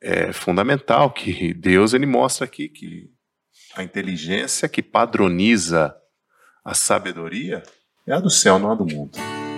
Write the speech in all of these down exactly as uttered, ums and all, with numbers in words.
é fundamental que Deus ele mostra aqui que a inteligência que padroniza a sabedoria é a do céu, não a do mundo.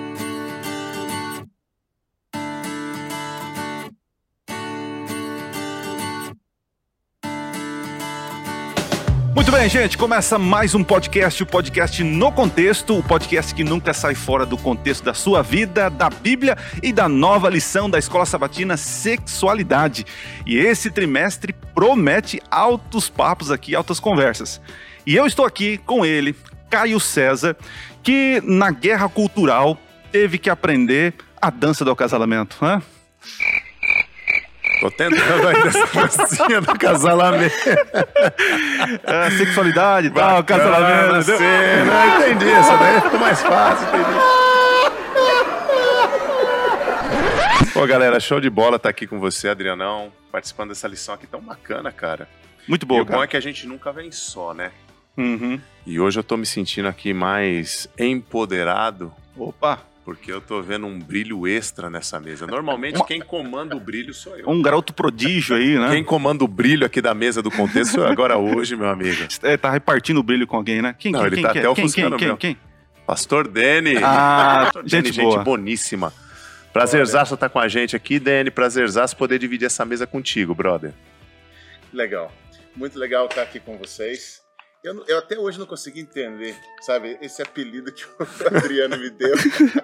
Muito bem, gente, começa mais um podcast, o podcast No Contexto, o podcast que nunca sai fora do contexto da sua vida, da Bíblia e da nova lição da Escola Sabatina Sexualidade. E esse trimestre promete altos papos aqui, altas conversas. E eu estou aqui com ele, Caio César, que na guerra cultural teve que aprender a dança do acasalamento, né? Tô tentando ainda essa dancinha do acasalamento. É, sexualidade e tal, acasalamento. Você, não entendi, essa daí ficou mais fácil, entendi. Pô, galera, show de bola estar aqui com você, Adrianão, participando dessa lição aqui tão bacana, cara. Muito boa, e o cara. bom é que a gente nunca vem só, né? Uhum. E hoje eu tô me sentindo aqui mais empoderado. Opa! Porque eu tô vendo um brilho extra nessa mesa. Normalmente quem comanda o brilho sou eu. Um garoto prodígio aí, né? Quem comanda o brilho aqui da mesa do contexto sou eu agora hoje, meu amigo. É, tá repartindo o brilho com alguém, né? Quem, Não, quem, ele quem, tá quem, até quem, ofuscando quem, mesmo. quem, quem? Pastor Dene. Ah, Pastor gente Dene, boa. gente boníssima. Prazerzaço estar com a gente aqui, Dene. Prazerzaço poder dividir essa mesa contigo, brother. Legal. Muito legal estar aqui com vocês. Eu, eu até hoje não consegui entender, sabe, esse apelido que o Adriano me deu.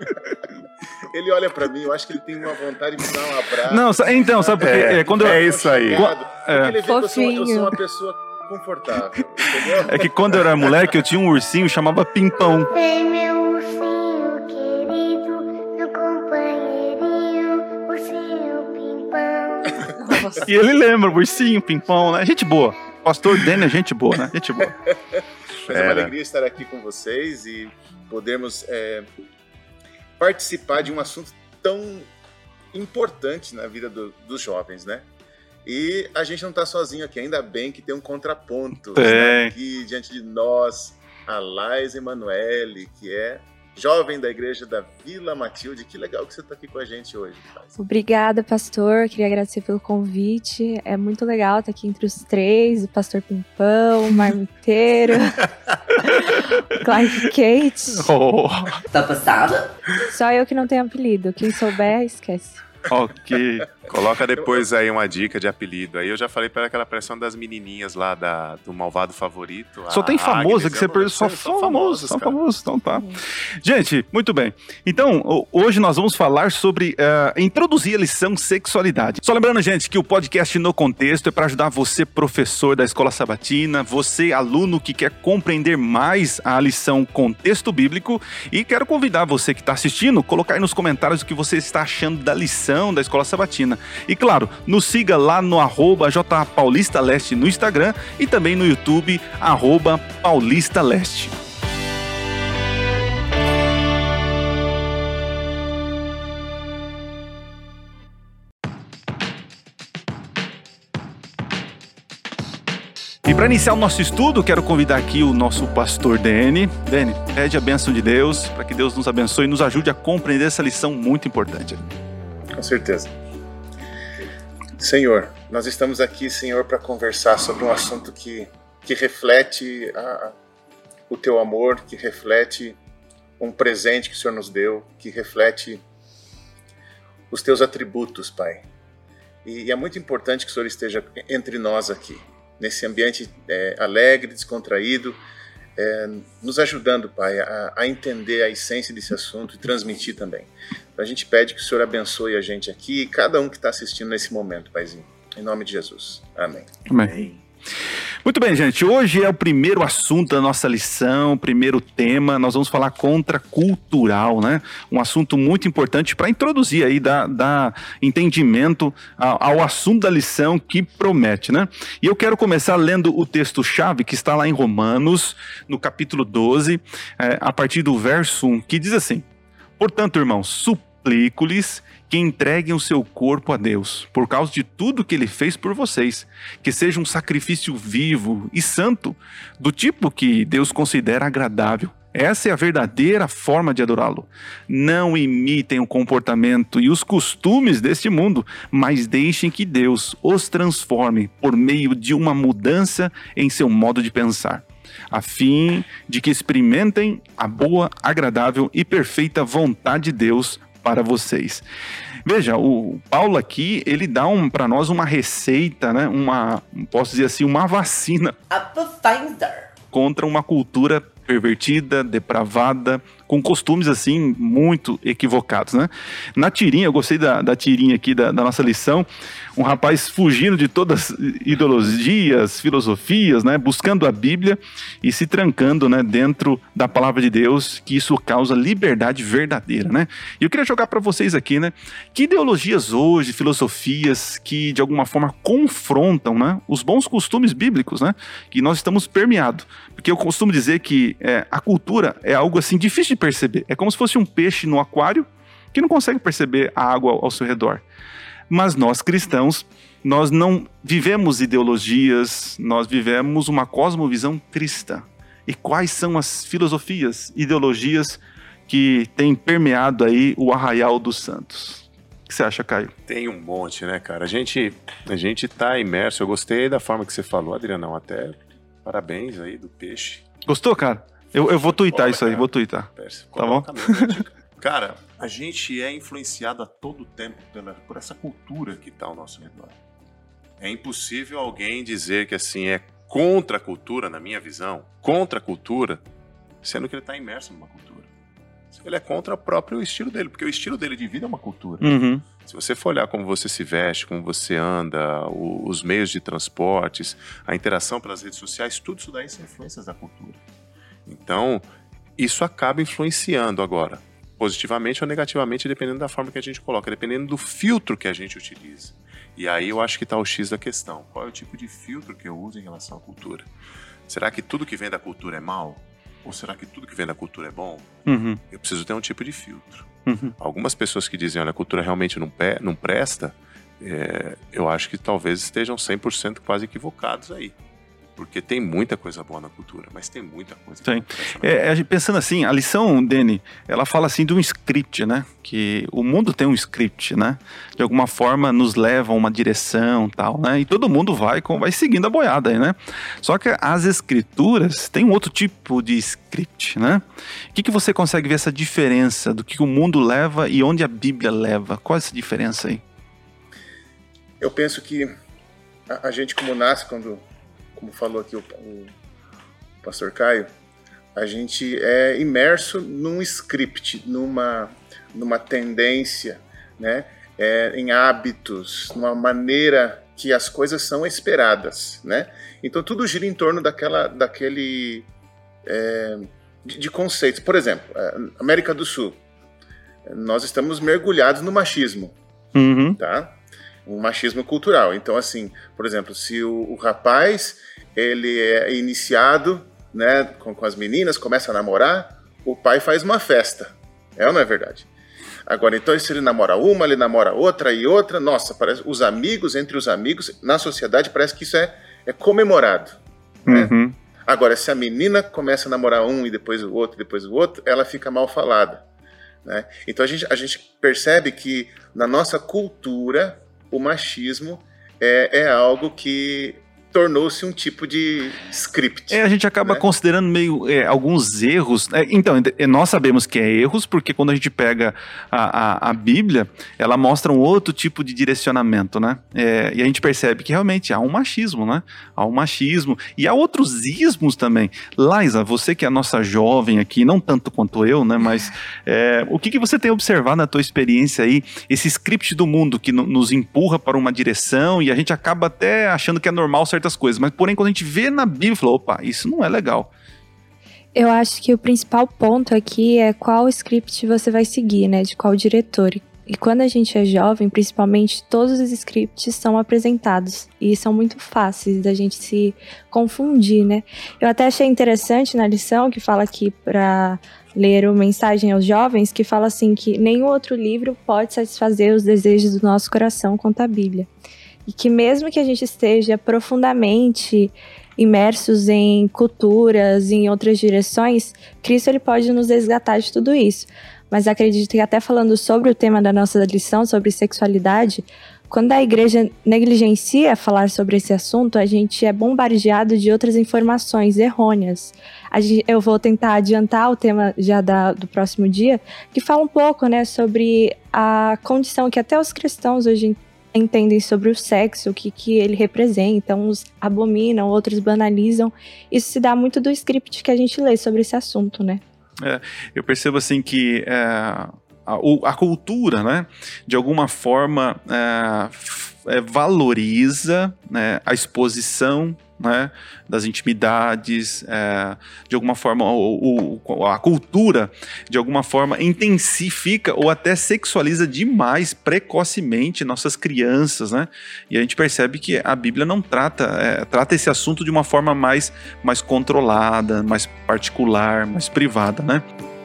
Ele olha pra mim, eu acho que ele tem uma vontade de me dar um abraço. Não, então, sabe porque É, é, quando eu, é isso aí. Porque É. ele vê que eu sou, eu Fofinho. sou uma pessoa confortável, entendeu? é que quando eu era moleque, eu tinha um ursinho chamava Pimpão. Vem meu ursinho querido, meu companheirinho, ursinho Pimpão. Nossa. E ele lembra, ursinho, Pimpão, né? Gente boa. Pastor Dene é gente boa, né? Gente boa. Mas é uma Era. alegria estar aqui com vocês e podermos é, participar de um assunto tão importante na vida do- dos jovens, né? E a gente não está sozinho aqui, ainda bem que tem um contraponto Tem. né, aqui diante de nós, a Laís Emanuele, que é jovem da igreja da Vila Matilde. Que legal que você está aqui com a gente hoje, Laís. Obrigada, pastor. Queria agradecer pelo convite. É muito legal estar aqui entre os três: o pastor Pimpão, o Marmiteiro, o Clark Kate. Oh, Tá passada? Só eu que não tenho apelido. Quem souber, esquece. ok. Coloca depois aí uma dica de apelido. Aí eu já falei para aquela pressão das menininhas lá da, do Malvado Favorito. Só a tem famoso Agnes, que você eu- perdeu. Só são famoso, só cara. famoso. Então tá. Gente, muito bem. Então, ho- hoje nós vamos falar sobre eh, introduzir a lição sexualidade. Só lembrando, gente, que o podcast No Contexto é para ajudar você, professor da Escola Sabatina, você, aluno que quer compreender mais a lição Contexto Bíblico, e quero convidar você que está assistindo, colocar aí nos comentários o que você está achando da lição da Escola Sabatina. E claro, nos siga lá no arroba J Paulista Leste no Instagram e também no YouTube, arroba Paulista Leste. E para iniciar o nosso estudo, quero convidar aqui o nosso pastor Dene. Dene, pede a bênção de Deus, para que Deus nos abençoe e nos ajude a compreender essa lição muito importante. Com certeza. Senhor, nós estamos aqui, Senhor, para conversar sobre um assunto que, que reflete a- o Teu amor, que reflete um presente que o Senhor nos deu, que reflete os Teus atributos, Pai. E, e é muito importante que o Senhor esteja entre nós aqui, nesse ambiente é, alegre, descontraído, é, nos ajudando, Pai, a, a entender a essência desse assunto e transmitir também. Então, a gente pede que o Senhor abençoe a gente aqui e cada um que está assistindo nesse momento, Paizinho. Em nome de Jesus. Amém. Amém. Muito bem, gente. Hoje é o primeiro assunto da nossa lição, o primeiro tema. Nós vamos falar contracultural, né? Um assunto muito importante para introduzir aí, dar, dar entendimento ao, ao assunto da lição que promete, né? E eu quero começar lendo o texto-chave que está lá em Romanos, no capítulo doze, é, a partir do verso um, que diz assim: Portanto, irmãos, suplico-lhes que entreguem o seu corpo a Deus, por causa de tudo que Ele fez por vocês, que seja um sacrifício vivo e santo, do tipo que Deus considera agradável. Essa é a verdadeira forma de adorá-lo. Não imitem o comportamento e os costumes deste mundo, mas deixem que Deus os transforme por meio de uma mudança em seu modo de pensar, a fim de que experimentem a boa, agradável e perfeita vontade de Deus para vocês. Veja, o Paulo aqui, ele dá um, para nós uma receita, né? Uma, posso dizer assim, uma vacina contra uma cultura pervertida, depravada, com costumes assim muito equivocados, né? Na tirinha, eu gostei da, da tirinha aqui da, da nossa lição, um rapaz fugindo de todas as ideologias, filosofias, né? Buscando a Bíblia e se trancando, né? Dentro da palavra de Deus, que isso causa liberdade verdadeira, né? E eu queria jogar para vocês aqui, né? Que ideologias hoje, filosofias que de alguma forma confrontam, né? Os bons costumes bíblicos, né? Que nós estamos permeados. Porque eu costumo dizer que é, a cultura é algo assim difícil de perceber. É como se fosse um peixe no aquário que não consegue perceber a água ao seu redor. Mas nós cristãos, nós não vivemos ideologias, nós vivemos uma cosmovisão cristã. E quais são as filosofias, ideologias que têm permeado aí o arraial dos santos? O que você acha, Caio? Tem um monte, né, cara? A gente, a gente tá imerso. Eu gostei da forma que você falou, Adrianão, até... Parabéns aí do peixe. Gostou, cara? Eu, eu vou tuitar Olha, isso aí, cara, vou tuitar. Perce, tá bom? Cara, a gente é influenciado a todo tempo pela, por essa cultura que está ao nosso redor. É impossível alguém dizer que assim é contra a cultura, na minha visão, contra a cultura, sendo que ele está imerso numa cultura. Ele é contra o próprio estilo dele, porque o estilo dele de vida é uma cultura. Uhum. Se você for olhar como você se veste, como você anda, o, os meios de transportes, a interação pelas redes sociais, tudo isso daí são influências da cultura. Então, isso acaba influenciando agora, positivamente ou negativamente, dependendo da forma que a gente coloca, dependendo do filtro que a gente utiliza. E aí eu acho que está o X da questão. Qual é o tipo de filtro que eu uso em relação à cultura? Será que tudo que vem da cultura é mal? Ou será que tudo que vem da cultura é bom? Uhum. Eu preciso ter um tipo de filtro. Uhum. Algumas pessoas que dizem, olha, a cultura realmente não, pe- não presta, é, eu acho que talvez estejam cem por cento quase equivocados aí. Porque tem muita coisa boa na cultura, mas tem muita coisa Tem. que não presta. É, é, pensando assim, a lição, Dani, ela fala assim de um script, né? Que o mundo tem um script, né? De alguma forma nos leva a uma direção e tal, né? E todo mundo vai, com, vai seguindo a boiada aí, né? Só que as escrituras têm um outro tipo de script, né? O que, que você consegue ver essa diferença do que o mundo leva e onde a Bíblia leva? Qual é essa diferença aí? Eu penso que a, a gente como nasce, quando, como falou aqui o, o pastor Caio, a gente é imerso num script, numa, numa tendência, né? É, em hábitos, numa maneira que as coisas são esperadas, né? Então tudo gira em torno daquela, daquele é, de, de conceitos. Por exemplo, América do Sul, nós estamos mergulhados no machismo, Uhum. tá? Um machismo cultural. Então, assim, por exemplo, se o, o rapaz ele é iniciado, né, com, com as meninas, começa a namorar, o pai faz uma festa. É ou não é verdade? Agora, então, se ele namora uma, ele namora outra e outra, nossa, parece os amigos, entre os amigos, na sociedade, parece que isso é, é comemorado. Né? Uhum. Agora, se a menina começa a namorar um e depois o outro, depois o outro, ela fica mal falada. Né? Então, a gente, a gente percebe que na nossa cultura, o machismo é, é algo que tornou-se um tipo de script. É, a gente acaba né? considerando meio é, alguns erros. É, então, nós sabemos que é erros, porque quando a gente pega a, a, a Bíblia, ela mostra um outro tipo de direcionamento, né? É, e a gente percebe que realmente há um machismo, né? Há um machismo. E há outros ismos também. Laisa, você que é a nossa jovem aqui, não tanto quanto eu, né? Mas é, o que, que você tem observado na tua experiência aí, esse script do mundo que no, nos empurra para uma direção e a gente acaba até achando que é normal certas coisas, mas porém quando a gente vê na Bíblia, fala, opa, isso não é legal. Eu acho que o principal ponto aqui é qual script você vai seguir, né? De qual diretor. E quando a gente é jovem, principalmente, todos os scripts são apresentados. E são muito fáceis da gente se confundir, né? Eu até achei interessante na lição que fala aqui para ler uma mensagem aos jovens, que fala assim que nenhum outro livro pode satisfazer os desejos do nosso coração quanto a Bíblia. E que mesmo que a gente esteja profundamente imersos em culturas, em outras direções, Cristo ele pode nos resgatar de tudo isso. Mas acredito que até falando sobre o tema da nossa lição, sobre sexualidade, quando a igreja negligencia falar sobre esse assunto, a gente é bombardeado de outras informações errôneas. A gente, eu vou tentar adiantar o tema já da, do próximo dia, que fala um pouco, né, sobre a condição que até os cristãos hoje entendem sobre o sexo, o que, que ele representa, uns abominam, outros banalizam. Isso se dá muito do script que a gente lê sobre esse assunto, né? É, eu percebo assim que é, a, a cultura, né, de alguma forma é, é, valoriza, né, a exposição, né, das intimidades, é, de alguma forma o, o, a cultura de alguma forma intensifica ou até sexualiza demais precocemente nossas crianças, né? E a gente percebe que a Bíblia não trata, é, trata esse assunto de uma forma mais, mais controlada, mais particular, mais privada, né?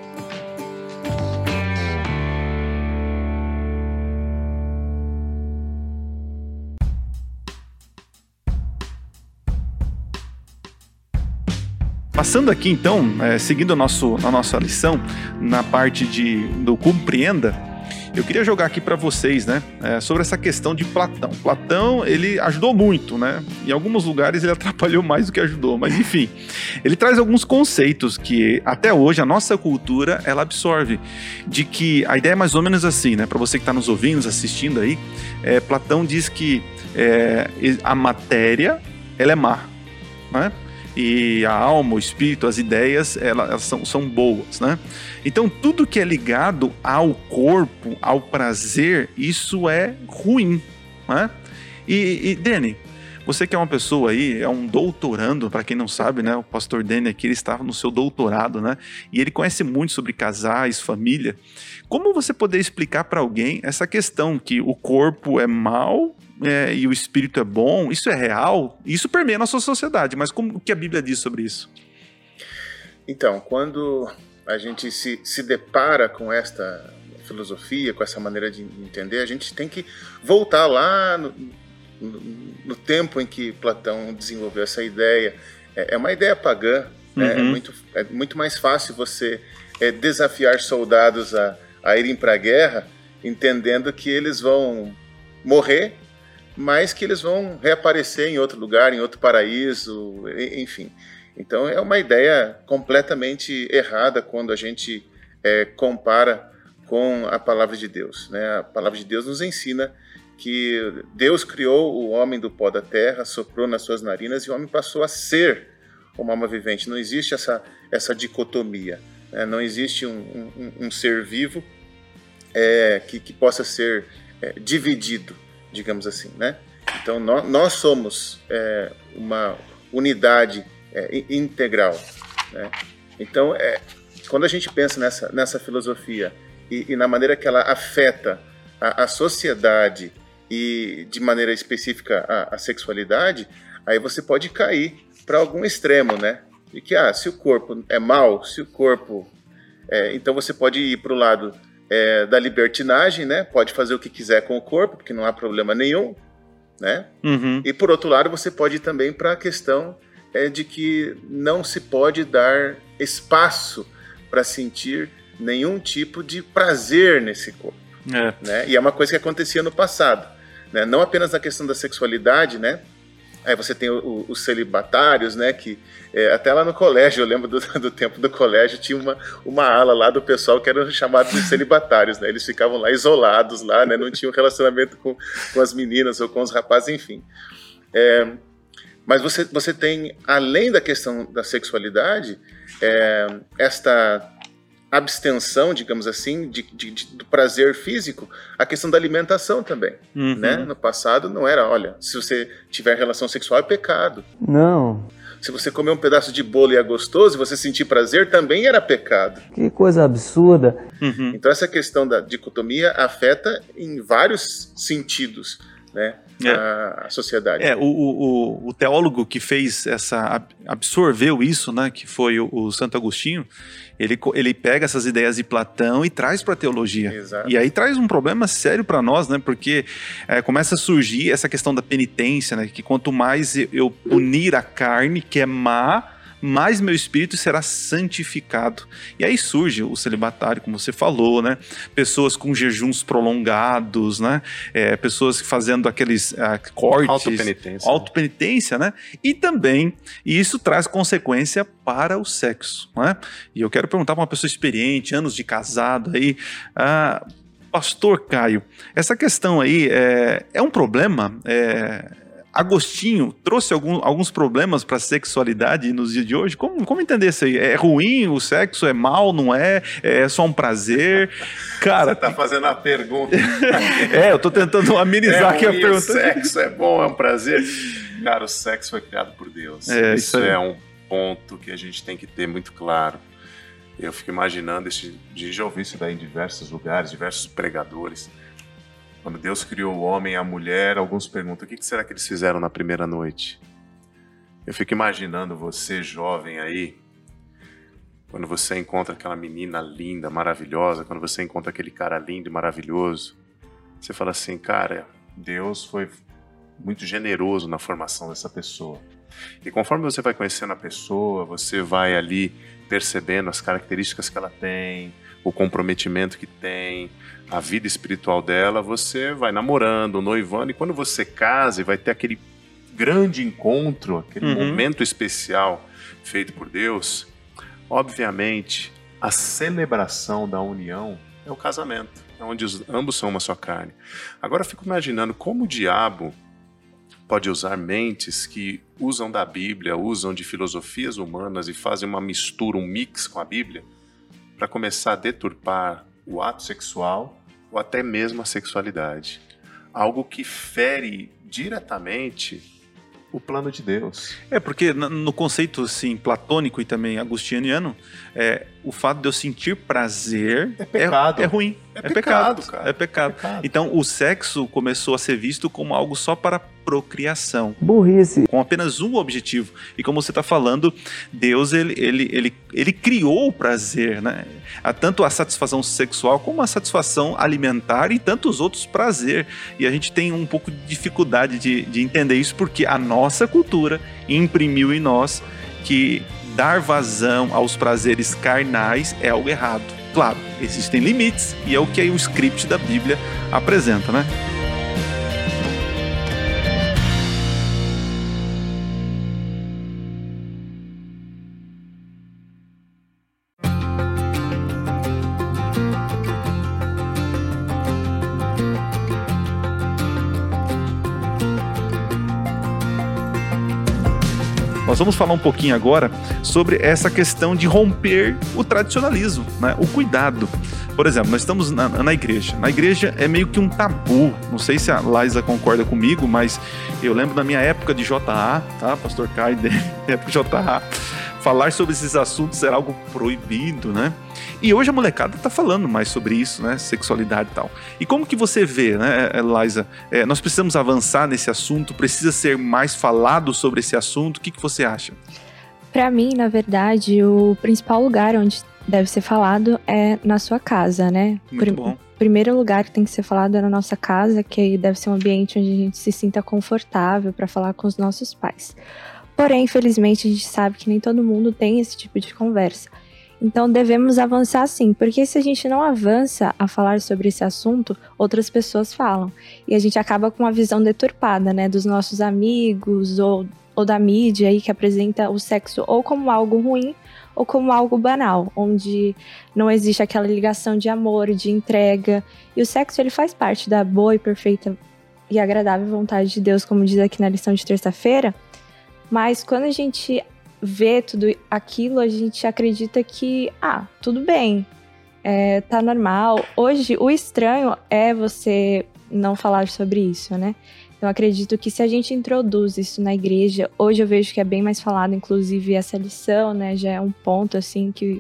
Passando aqui então, é, seguindo a, nosso, a nossa lição, na parte de, do compreenda, eu queria jogar aqui para vocês, né, é, sobre essa questão de Platão. Platão, ele ajudou muito, né? Em alguns lugares ele atrapalhou mais do que ajudou, mas enfim. Ele traz alguns conceitos que até hoje a nossa cultura, ela absorve. De que a ideia é mais ou menos assim, né? Para você que está nos ouvindo, nos assistindo aí, é, Platão diz que é, a matéria, ela é má, né? E a alma, o espírito, as ideias, elas, elas são, são boas, né? Então, tudo que é ligado ao corpo, ao prazer, isso é ruim, né? E, e Dani, você que é uma pessoa aí, é um doutorando, para quem não sabe, né? O pastor Dani aqui, ele está no seu doutorado, né? E ele conhece muito sobre casais, família. Como você poderia explicar para alguém essa questão que o corpo é mau, É, e o espírito é bom? Isso é real? Isso permeia a nossa sociedade, mas como, o que a Bíblia diz sobre isso? Então, quando a gente se, se depara com esta filosofia, com essa maneira de entender, a gente tem que voltar lá no, no, no tempo em que Platão desenvolveu essa ideia. É, é uma ideia pagã, uhum. né? é, muito, é muito mais fácil você é, desafiar soldados a, a irem para a guerra, entendendo que eles vão morrer, mas que eles vão reaparecer em outro lugar, em outro paraíso, enfim. Então é uma ideia completamente errada quando a gente é, compara com a palavra de Deus, né? A palavra de Deus nos ensina que Deus criou o homem do pó da terra, soprou nas suas narinas e o homem passou a ser uma alma vivente. Não existe essa, essa dicotomia, né? Não existe um, um, um ser vivo é, que, que possa ser é, dividido, digamos assim, né? Então nós, nós somos é, uma unidade é, integral, né? Então é, quando a gente pensa nessa, nessa filosofia e, e na maneira que ela afeta a, a sociedade e de maneira específica a, a sexualidade, aí você pode cair para algum extremo, né? De que ah, se o corpo é mau, se o corpo é, então você pode ir para o lado É, da libertinagem, né? Pode fazer o que quiser com o corpo, porque não há problema nenhum, né? Uhum. E por outro lado, você pode ir também para a questão é, de que não se pode dar espaço para sentir nenhum tipo de prazer nesse corpo, é. né? E é uma coisa que acontecia no passado, né? Não apenas na questão da sexualidade, né? Aí você tem o, o, os celibatários, né, que é, até lá no colégio, eu lembro do, do tempo do colégio, tinha uma, uma ala lá do pessoal que eram chamados de celibatários, né, eles ficavam lá isolados, lá, né, não tinham relacionamento com, com as meninas ou com os rapazes, enfim. É, mas você, você tem, além da questão da sexualidade, é, esta abstenção, digamos assim, de, de, de, do prazer físico, a questão da alimentação também, uhum. né? No passado não era, olha, se você tiver relação sexual é pecado. Não. Se você comer um pedaço de bolo e é gostoso e você sentir prazer, também era pecado. Que coisa absurda. Uhum. Então essa questão da dicotomia afeta em vários sentidos, né? É. a sociedade. É, o, o, o teólogo que fez essa, absorveu isso, né, que foi o, o Santo Agostinho, ele, ele pega essas ideias de Platão e traz para a teologia. Exato. E aí traz um problema sério para nós, né, porque é, começa a surgir essa questão da penitência, né, que quanto mais eu punir a carne, que é má, mais meu espírito será santificado. E aí surge o celibatário, como você falou, né? Pessoas com jejuns prolongados, né? É, pessoas fazendo aqueles uh, cortes. Autopenitência. Autopenitência, né? E também, e isso traz consequência para o sexo, né? E eu quero perguntar para uma pessoa experiente, anos de casado aí, uh, Pastor Caio, essa questão aí é, é um problema? É... Agostinho trouxe algum, alguns problemas para a sexualidade nos dias de hoje? Como, como entender isso aí? É ruim o sexo? É mal? Não é? É só um prazer? Cara... Você tá fazendo a pergunta. É, eu tô tentando amenizar é aqui a ruim, pergunta. O sexo é bom, é um prazer. Cara, o sexo foi criado por Deus. É, isso isso é um ponto que a gente tem que ter muito claro. Eu fico imaginando, esse, já ouvi isso daí em diversos lugares, diversos pregadores. Quando Deus criou o homem e a mulher, alguns perguntam, o que será que eles fizeram na primeira noite? Eu fico imaginando você, jovem aí, quando você encontra aquela menina linda, maravilhosa, quando você encontra aquele cara lindo e maravilhoso, você fala assim, cara, Deus foi muito generoso na formação dessa pessoa. E conforme você vai conhecendo a pessoa, você vai ali percebendo as características que ela tem, o comprometimento que tem, a vida espiritual dela, você vai namorando, noivando, e quando você casa e vai ter aquele grande encontro, aquele uhum. momento especial feito por Deus, obviamente, a celebração da união é o casamento, é onde os, ambos são uma só carne. Agora eu fico imaginando como o diabo pode usar mentes que usam da Bíblia, usam de filosofias humanas e fazem uma mistura, um mix com a Bíblia, para começar a deturpar o ato sexual ou até mesmo a sexualidade. Algo que fere diretamente o plano de Deus. É, porque no conceito assim, platônico e também agostiniano, é, o fato de eu sentir prazer é pecado. É, é ruim. É, é pecado, pecado, cara. É pecado. É pecado. Então o sexo começou a ser visto como algo só para procriação. Burrice. Com apenas um objetivo. E como você está falando, Deus ele, ele, ele, ele criou o prazer, né? Há tanto a satisfação sexual como a satisfação alimentar e tantos outros prazer. E a gente tem um pouco de dificuldade de, de entender isso porque a nossa cultura imprimiu em nós que dar vazão aos prazeres carnais é algo errado. Claro, existem limites e é o que aí o script da Bíblia apresenta, né? Nós vamos falar um pouquinho agora sobre essa questão de romper o tradicionalismo, né? O cuidado. Por exemplo, nós estamos na, na igreja. Na igreja é meio que um tabu. Não sei se a Laisa concorda comigo, mas eu lembro da minha época de J A, tá? Pastor Caio, época de J A, falar sobre esses assuntos era algo proibido, né? E hoje a molecada tá falando mais sobre isso, né? Sexualidade e tal. E como que você vê, né, Laisa? É, nós precisamos avançar nesse assunto? Precisa ser mais falado sobre esse assunto? O que, que você acha? Para mim, na verdade, o principal lugar onde deve ser falado é na sua casa, né? Muito bom. O primeiro lugar que tem que ser falado é na nossa casa, que deve ser um ambiente onde a gente se sinta confortável para falar com os nossos pais. Porém, infelizmente, a gente sabe que nem todo mundo tem esse tipo de conversa. Então, devemos avançar sim, porque se a gente não avança a falar sobre esse assunto, outras pessoas falam. E a gente acaba com uma visão deturpada, né, dos nossos amigos ou, ou da mídia aí que apresenta o sexo ou como algo ruim ou como algo banal, onde não existe aquela ligação de amor, de entrega. E o sexo, ele faz parte da boa e perfeita e agradável vontade de Deus, como diz aqui na lição de terça-feira. Mas quando a gente vê tudo aquilo, a gente acredita que, ah, tudo bem, é, tá normal. Hoje, o estranho é você não falar sobre isso, né? Então, acredito que se a gente introduz isso na igreja, hoje eu vejo que é bem mais falado, inclusive essa lição, né? Já é um ponto, assim, que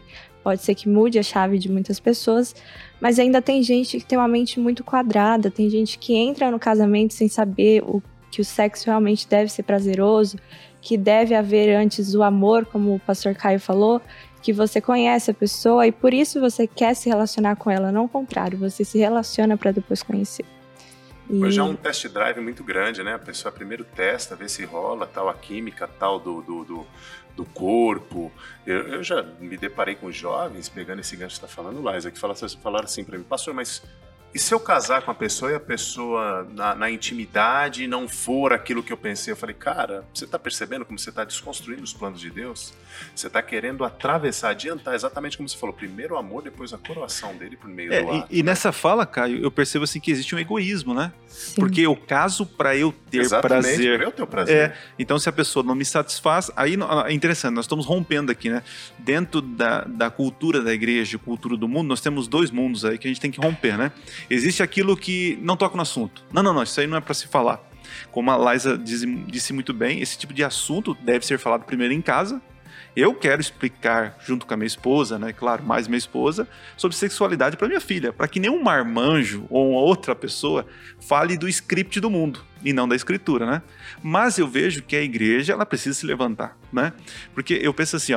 pode ser que mude a chave de muitas pessoas, mas ainda tem gente que tem uma mente muito quadrada, tem gente que entra no casamento sem saber o, que o sexo realmente deve ser prazeroso, que deve haver antes o amor, como o pastor Caio falou, que você conhece a pessoa e por isso você quer se relacionar com ela, não o contrário, você se relaciona para depois conhecer. E... Hoje é um test drive muito grande, né? A pessoa primeiro testa, vê se rola, tal, a química, tal, do, do, do, do corpo. Eu, eu já me deparei com jovens, pegando esse gancho que você está falando, Liza, que falaram, falaram assim para mim, pastor, mas e se eu casar com a pessoa e a pessoa na, na intimidade não for aquilo que eu pensei? Eu falei, cara, você está percebendo como você está desconstruindo os planos de Deus? Você está querendo atravessar, adiantar, exatamente como você falou, primeiro o amor, depois a coroação dele por meio é, do ato. E, e nessa fala, Caio, eu percebo assim que existe um egoísmo, né? Sim. Porque eu caso para eu ter exatamente, prazer. Para eu ter o prazer. É, então se a pessoa não me satisfaz, aí é interessante, nós estamos rompendo aqui, né? Dentro da, da cultura da igreja, cultura do mundo, nós temos dois mundos aí que a gente tem que romper, né? Existe aquilo que não toca no assunto. Não, não, não, isso aí não é para se falar. Como a Liza disse, disse muito bem, esse tipo de assunto deve ser falado primeiro em casa. Eu quero explicar, junto com a minha esposa, né, claro, mais minha esposa, sobre sexualidade para minha filha, para que nenhum marmanjo ou outra pessoa fale do script do mundo e não da escritura, né? Mas eu vejo que a igreja ela precisa se levantar, né? Porque eu penso assim, ó,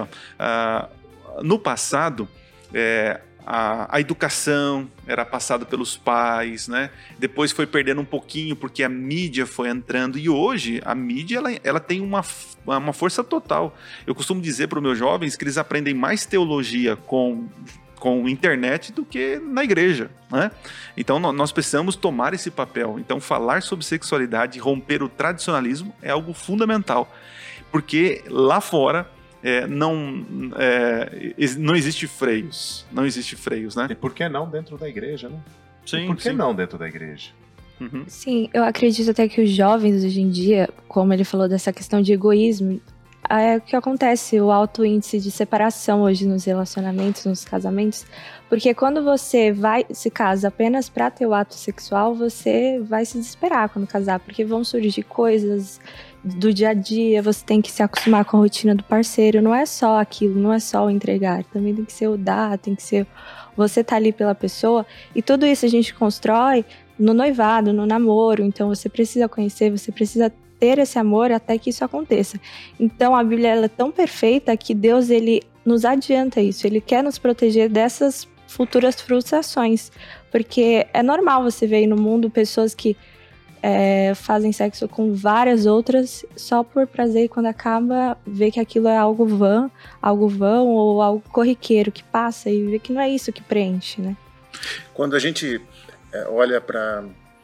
uh, no passado, é, A, a educação era passada pelos pais, né? Depois foi perdendo um pouquinho porque a mídia foi entrando e hoje a mídia ela, ela tem uma, uma força total. Eu costumo dizer para os meus jovens que eles aprendem mais teologia com, com internet do que na igreja, né? Então nós precisamos tomar esse papel. Então falar sobre sexualidade, romper o tradicionalismo é algo fundamental, porque lá fora É, não, é, não existe freios, não existe freios, né? E por que não dentro da igreja, né? Sim, e por que sim. não dentro da igreja? Uhum. Sim, eu acredito até que os jovens hoje em dia, como ele falou dessa questão de egoísmo, é o que acontece, o alto índice de separação hoje nos relacionamentos, nos casamentos, porque quando você vai se casa apenas para ter o ato sexual, você vai se desesperar quando casar, porque vão surgir coisas do dia a dia, você tem que se acostumar com a rotina do parceiro, não é só aquilo, não é só o entregar, também tem que ser o dar, tem que ser você tá ali pela pessoa, e tudo isso a gente constrói no noivado, no namoro, então você precisa conhecer, você precisa ter esse amor até que isso aconteça. Então a Bíblia ela é tão perfeita que Deus ele nos adianta isso, ele quer nos proteger dessas futuras frustrações, porque é normal você ver aí no mundo pessoas que é, fazem sexo com várias outras só por prazer e quando acaba vê que aquilo é algo vã, algo vão ou algo corriqueiro que passa e vê que não é isso que preenche, né? Quando a gente é, olha para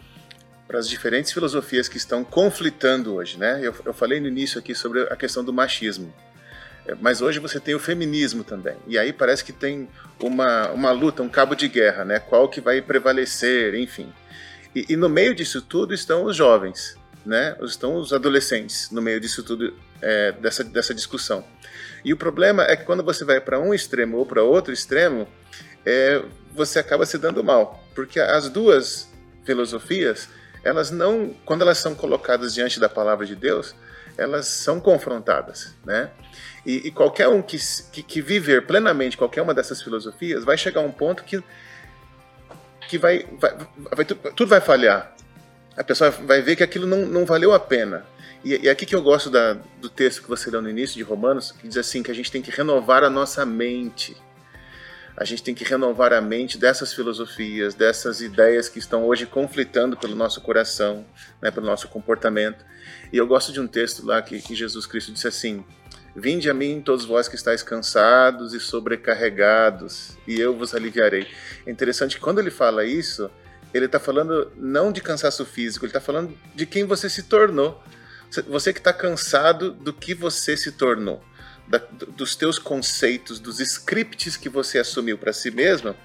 para as diferentes filosofias que estão conflitando hoje, né? Eu, eu falei no início aqui sobre a questão do machismo, é, mas hoje você tem o feminismo também, e aí parece que tem uma, uma luta, um cabo de guerra, né? Qual que vai prevalecer, enfim. E, e no meio disso tudo estão os jovens, né? Estão os adolescentes no meio disso tudo, é, dessa, dessa discussão. E o problema é que quando você vai para um extremo ou para outro extremo, é, você acaba se dando mal, porque as duas filosofias, elas não, quando elas são colocadas diante da palavra de Deus, elas são confrontadas, né? E, e qualquer um que, que, que viver plenamente qualquer uma dessas filosofias vai chegar a um ponto que, que vai, vai, vai, tudo vai falhar. A pessoa vai ver que aquilo não, não valeu a pena. E, e aqui que eu gosto da, do texto que você leu no início de Romanos, que diz assim, que a gente tem que renovar a nossa mente. A gente tem que renovar a mente dessas filosofias, dessas ideias que estão hoje conflitando pelo nosso coração, né, pelo nosso comportamento. E eu gosto de um texto lá que, que Jesus Cristo disse assim: vinde a mim todos vós que estáis cansados e sobrecarregados, e eu vos aliviarei. É interessante que quando ele fala isso, ele está falando não de cansaço físico, ele está falando de quem você se tornou. Você que está cansado do que você se tornou. Da, dos teus conceitos, dos scripts que você assumiu para si mesma,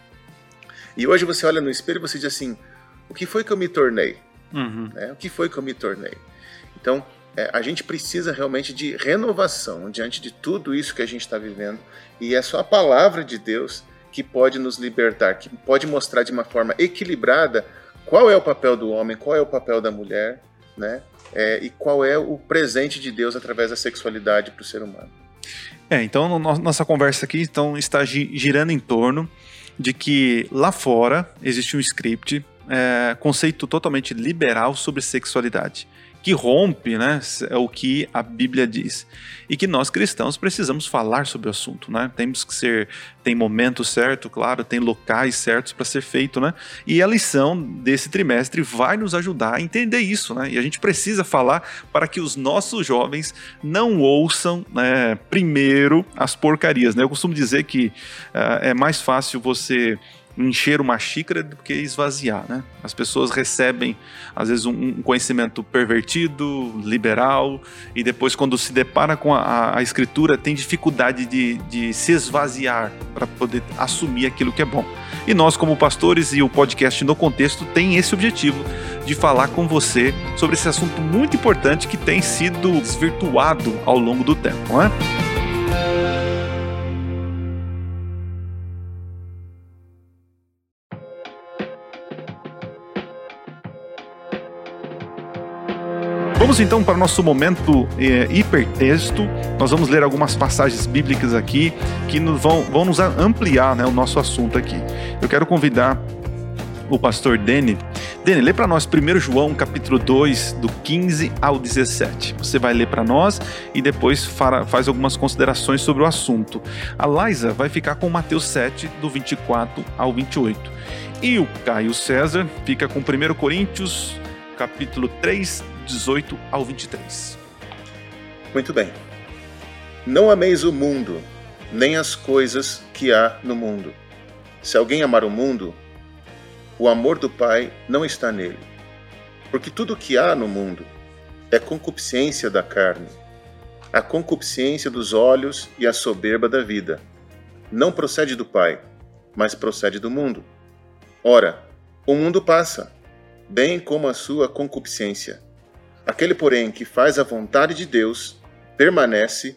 e hoje você olha no espelho e você diz assim, o que foi que eu me tornei? Uhum. É, o que foi que eu me tornei? Então, é, a gente precisa realmente de renovação diante de tudo isso que a gente está vivendo, e é só a palavra de Deus que pode nos libertar, que pode mostrar de uma forma equilibrada qual é o papel do homem, qual é o papel da mulher, né? É, e qual é o presente de Deus através da sexualidade para o ser humano. É, então no, nossa conversa aqui então, está girando em torno de que lá fora existe um script, é, conceito totalmente liberal sobre sexualidade, que rompe, né, o que a Bíblia diz. E que nós cristãos precisamos falar sobre o assunto, né? Temos que ser, tem momento certo, claro, tem locais certos para ser feito, né? E a lição desse trimestre vai nos ajudar a entender isso, né? E a gente precisa falar para que os nossos jovens não ouçam, né, primeiro as porcarias, né? Eu costumo dizer que uh, é mais fácil você encher uma xícara do que esvaziar, né? As pessoas recebem, às vezes, um conhecimento pervertido, liberal, e depois, quando se depara com a, a escritura, tem dificuldade de, de se esvaziar para poder assumir aquilo que é bom. E nós, como pastores, e o podcast No Contexto, tem esse objetivo de falar com você sobre esse assunto muito importante que tem sido desvirtuado ao longo do tempo, não é? Vamos então para o nosso momento é, hipertexto. Nós vamos ler algumas passagens bíblicas aqui que nos vão, vão nos ampliar, né, o nosso assunto aqui. Eu quero convidar o pastor Dene. Dene, lê para nós primeiro João capítulo dois, do quinze ao dezessete. Você vai ler para nós e depois fara, faz algumas considerações sobre o assunto. A Laisa vai ficar com Mateus sete, do vinte e quatro ao vinte e oito. E o Caio César fica com primeiro Coríntios capítulo três, dezoito ao vinte e três. Muito bem. Não ameis o mundo, nem as coisas que há no mundo. Se alguém amar o mundo, o amor do Pai não está nele. Porque tudo o que há no mundo é concupiscência da carne, a concupiscência dos olhos e a soberba da vida. Não procede do Pai, mas procede do mundo. Ora, o mundo passa, bem como a sua concupiscência. Aquele, porém, que faz a vontade de Deus, permanece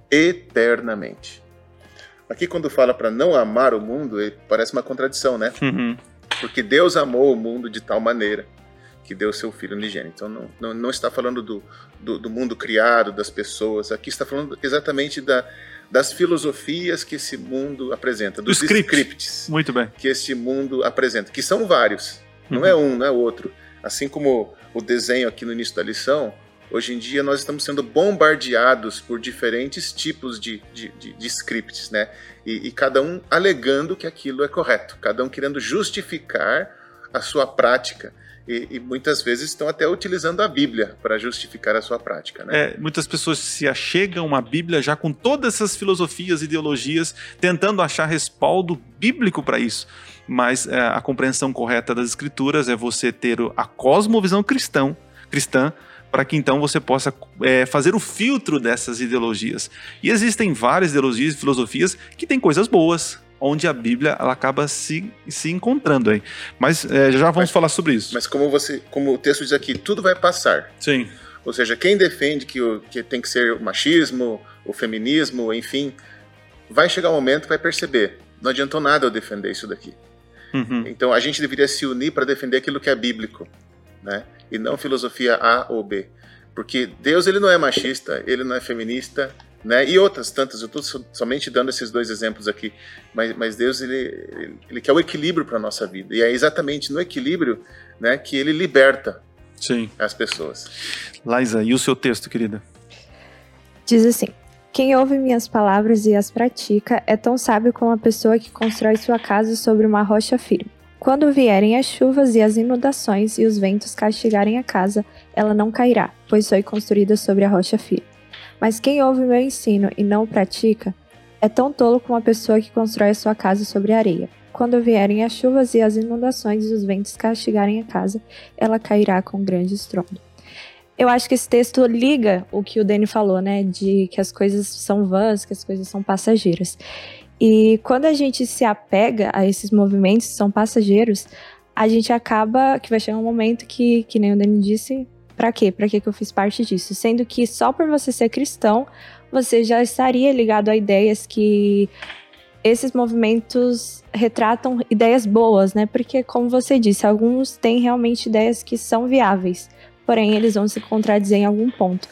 eternamente. Aqui, quando fala para não amar o mundo, parece uma contradição, né? Uhum. Porque Deus amou o mundo de tal maneira que deu seu Filho unigênito. Então, não, não, não está falando do, do, do mundo criado, das pessoas. Aqui está falando exatamente da, das filosofias que esse mundo apresenta, dos do script. scripts Muito bem. que este mundo apresenta, que são vários. Não uhum. é um, não é outro. Assim como o desenho aqui no início da lição, hoje em dia nós estamos sendo bombardeados por diferentes tipos de, de, de, de scripts, né? E, e cada um alegando que aquilo é correto, cada um querendo justificar a sua prática. E, e muitas vezes estão até utilizando a Bíblia para justificar a sua prática, né? É, muitas pessoas se achegam à Bíblia já com todas essas filosofias, ideologias, tentando achar respaldo bíblico para isso. Mas é, a compreensão correta das Escrituras é você ter a cosmovisão cristão, cristã, para que então você possa é, fazer o filtro dessas ideologias. E existem várias ideologias e filosofias que têm coisas boas, onde a Bíblia ela acaba se, se encontrando aí. Mas é, já vamos mas, falar sobre isso. Mas como, você, como o texto diz aqui, tudo vai passar. Sim. Ou seja, quem defende que, o, que tem que ser o machismo, o feminismo, enfim, vai chegar um momento que vai perceber, não adiantou nada eu defender isso daqui. Uhum. Então a gente deveria se unir para defender aquilo que é bíblico, né? E não filosofia A ou B. Porque Deus ele não é machista, ele não é feminista, né? E outras tantas, eu estou somente dando esses dois exemplos aqui, mas, mas Deus ele, ele, ele quer o equilíbrio para a nossa vida. E é exatamente no equilíbrio, né, que ele liberta Sim. as pessoas. Laisa, e o seu texto, querida? Diz assim: quem ouve minhas palavras e as pratica é tão sábio como a pessoa que constrói sua casa sobre uma rocha firme. Quando vierem as chuvas e as inundações e os ventos castigarem a casa, ela não cairá, pois foi construída sobre a rocha firme. Mas quem ouve meu ensino e não o pratica é tão tolo como a pessoa que constrói a sua casa sobre a areia. Quando vierem as chuvas e as inundações e os ventos castigarem a casa, ela cairá com grande estrondo. Eu acho que esse texto liga o que o Dani falou, né? De que as coisas são vãs, que as coisas são passageiras. E quando a gente se apega a esses movimentos que são passageiros, a gente acaba que vai chegar um momento que, que nem o Dani disse, pra quê? Pra quê que eu fiz parte disso? Sendo que só por você ser cristão, você já estaria ligado a ideias que esses movimentos retratam ideias boas, né? Porque, como você disse, alguns têm realmente ideias que são viáveis, porém eles vão se contradizer em algum ponto.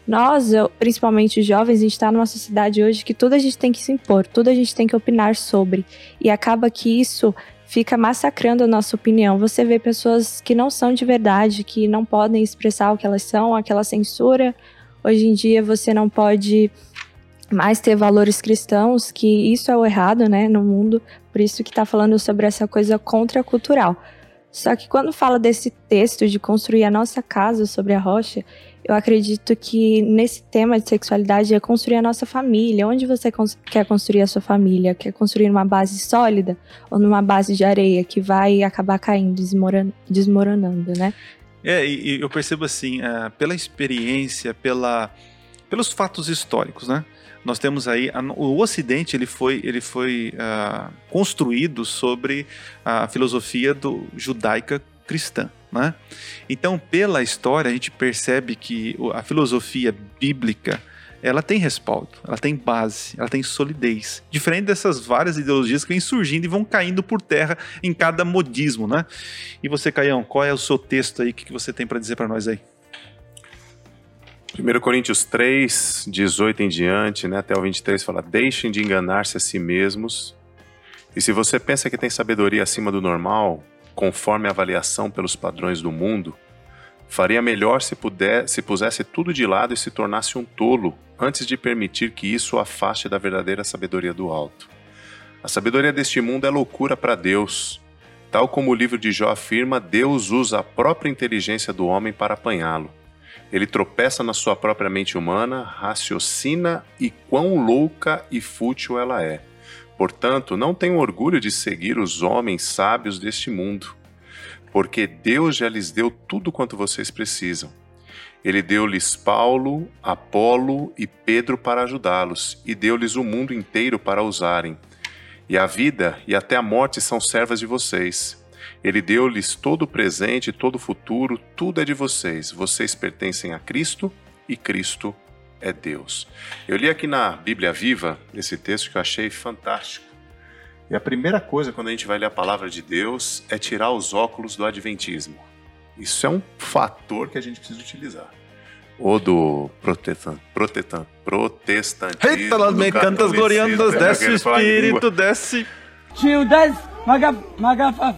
Nós, eu, principalmente os jovens, a gente está numa sociedade hoje que tudo a gente tem que se impor, tudo a gente tem que opinar sobre. E acaba que isso fica massacrando a nossa opinião. Você vê pessoas que não são de verdade, que não podem expressar o que elas são, aquela censura. Hoje em dia você não pode mais ter valores cristãos, que isso é o errado, né, no mundo. Por isso que está falando sobre essa coisa contracultural. Só que quando fala desse texto de construir a nossa casa sobre a rocha, eu acredito que nesse tema de sexualidade é construir a nossa família. Onde você cons- quer construir a sua família? Quer construir numa base sólida ou numa base de areia que vai acabar caindo, desmoron- desmoronando, né? É, e, e eu percebo assim, uh, pela experiência, pela, pelos fatos históricos, né? Nós temos aí, a, o Ocidente ele foi, ele foi uh, construído sobre a filosofia do, judaica cristã, né? Então, pela história, a gente percebe que a filosofia bíblica, ela tem respaldo, ela tem base, ela tem solidez. Diferente dessas várias ideologias que vêm surgindo e vão caindo por terra em cada modismo, né? E você, Caião, qual é o seu texto aí? O que você tem para dizer para nós aí? primeira Coríntios três, dezoito em diante, né, até o vinte e três, fala: deixem de enganar-se a si mesmos. E se você pensa que tem sabedoria acima do normal, conforme a avaliação pelos padrões do mundo, faria melhor se, puder, se pusesse tudo de lado e se tornasse um tolo, antes de permitir que isso o afaste da verdadeira sabedoria do alto. A sabedoria deste mundo é loucura para Deus. Tal como o livro de Jó afirma, Deus usa a própria inteligência do homem para apanhá-lo. Ele tropeça na sua própria mente humana, raciocina e quão louca e fútil ela é. Portanto, não tenham orgulho de seguir os homens sábios deste mundo, porque Deus já lhes deu tudo quanto vocês precisam. Ele deu-lhes Paulo, Apolo e Pedro para ajudá-los, e deu-lhes o mundo inteiro para usarem. E a vida e até a morte são servas de vocês. Ele deu-lhes todo o presente e todo o futuro, tudo é de vocês. Vocês pertencem a Cristo e Cristo é Deus. Eu li aqui na Bíblia Viva esse texto que eu achei fantástico. E a primeira coisa quando a gente vai ler a palavra de Deus é tirar os óculos do adventismo. Isso é um fator que a gente precisa utilizar. Ou do protestan, protestan, protestantismo. Eita, las me cantas gloriandas, desce o espírito, desce. Tinham dez maga, magafa,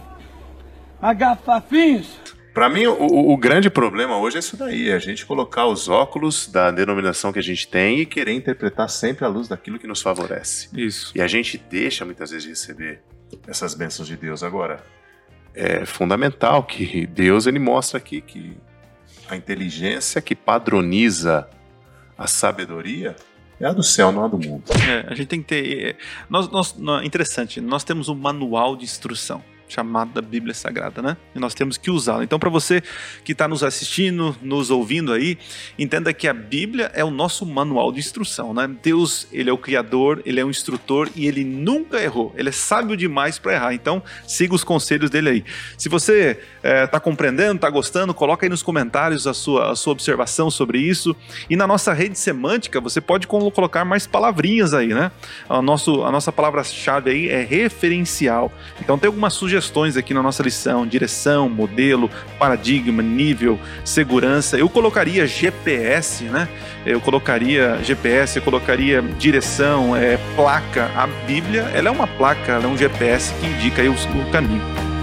magafafinhos. Para mim, o, o grande problema hoje é isso daí, é a gente colocar os óculos da denominação que a gente tem e querer interpretar sempre à luz daquilo que nos favorece. Isso. E a gente deixa muitas vezes de receber essas bênçãos de Deus. Agora, é fundamental que Deus ele mostra aqui que a inteligência que padroniza a sabedoria é a do céu, não a do mundo. É, a gente tem que ter... É, nós, nós, interessante, nós temos um manual de instrução chamada Bíblia Sagrada, né? E nós temos que usá-la. Então, para você que está nos assistindo, nos ouvindo aí, entenda que a Bíblia é o nosso manual de instrução, né? Deus, ele é o Criador, ele é o instrutor e ele nunca errou. Ele é sábio demais para errar. Então, siga os conselhos dele aí. Se você está é, compreendendo, está gostando, coloca aí nos comentários a sua, a sua observação sobre isso. E na nossa rede semântica, você pode colocar mais palavrinhas aí, né? A, nosso, a nossa palavra-chave aí é referencial. Então, tem algumas sugestões sugestões aqui na nossa lição: direção, modelo, paradigma, nível, segurança. Eu colocaria G P S, né? Eu colocaria G P S, eu colocaria direção, é, placa. A Bíblia, ela é uma placa, ela é um G P S que indica aí o, o caminho.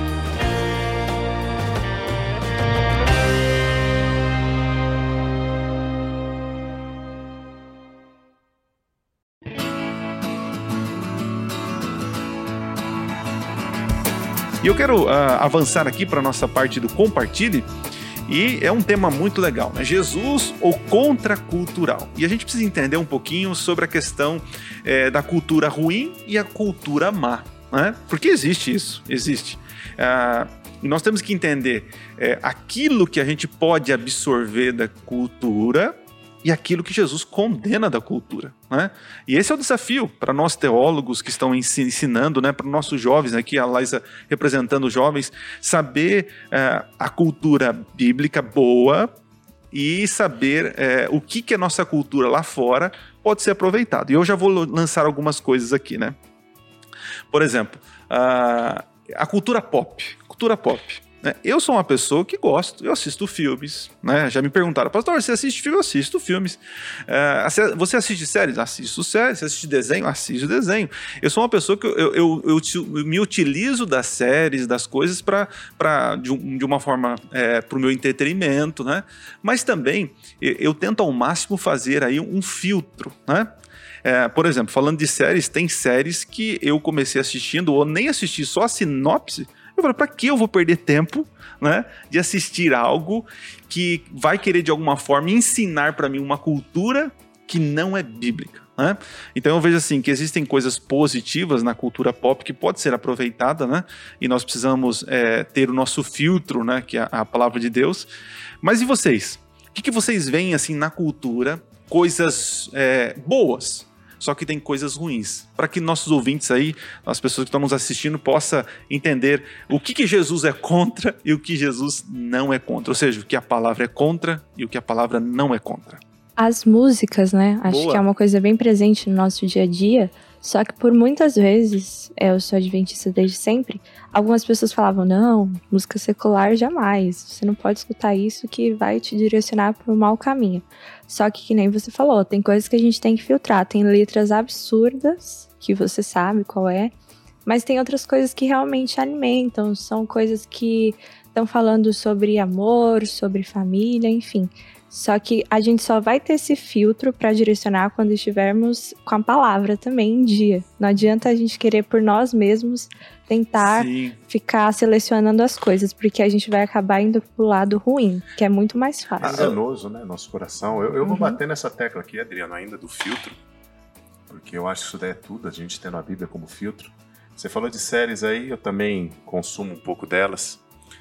E eu quero uh, avançar aqui para a nossa parte do compartilhe, e é um tema muito legal, né? Jesus ou contracultural. E a gente precisa entender um pouquinho sobre a questão é, da cultura ruim e a cultura má, né? Porque existe isso, existe. Uh, e nós temos que entender é, aquilo que a gente pode absorver da cultura e aquilo que Jesus condena da cultura, né? E esse é o desafio para nós teólogos que estão ensinando, né, para os nossos jovens, aqui a Laísa representando os jovens, saber é, a cultura bíblica boa e saber é, o que, que a nossa cultura lá fora pode ser aproveitado. E eu já vou lançar algumas coisas aqui, né? Por exemplo, a, a cultura pop. Cultura pop. né? Eu sou uma pessoa que gosto, eu assisto filmes, né? Já me perguntaram, pastor, você assiste filme? Eu assisto filmes. É, você assiste séries? Assisto séries. Você assiste desenho? Assisto desenho. Eu sou uma pessoa que eu, eu, eu, eu me utilizo das séries, das coisas para de, um, de uma forma é, para o meu entretenimento, né? Mas também eu, eu tento ao máximo fazer aí um filtro, né? É, por exemplo, falando de séries, tem séries que eu comecei assistindo ou nem assisti, só a sinopse. Eu falei, pra que eu vou perder tempo, né, de assistir algo que vai querer de alguma forma ensinar para mim uma cultura que não é bíblica, né? Então eu vejo assim que existem coisas positivas na cultura pop que pode ser aproveitada, né? E nós precisamos é, ter o nosso filtro, né, que é a palavra de Deus. Mas e vocês? O que, que vocês veem assim na cultura? Coisas é, boas, só que tem coisas ruins. Para que nossos ouvintes aí, as pessoas que estão nos assistindo, possam entender o que, que Jesus é contra e o que Jesus não é contra. Ou seja, o que a palavra é contra e o que a palavra não é contra. As músicas, né? Acho Boa. que é uma coisa bem presente no nosso dia a dia. Só que por muitas vezes, eu sou adventista desde sempre, algumas pessoas falavam, não, música secular jamais, você não pode escutar isso que vai te direcionar para um mau caminho. Só que, que nem você falou, tem coisas que a gente tem que filtrar, tem letras absurdas, que você sabe qual é, mas tem outras coisas que realmente alimentam, são coisas que estão falando sobre amor, sobre família, enfim. Só que a gente só vai ter esse filtro para direcionar quando estivermos com a palavra também em dia. Não adianta a gente querer por nós mesmos tentar Sim. ficar selecionando as coisas, porque a gente vai acabar indo pro lado ruim, que é muito mais É fácil. enganoso, né? Nosso coração. Eu, eu vou Uhum. bater nessa tecla aqui, Adriano, ainda do filtro, porque eu acho que isso daí é tudo, a gente tendo a Bíblia como filtro. Você falou de séries aí, eu também consumo um pouco delas.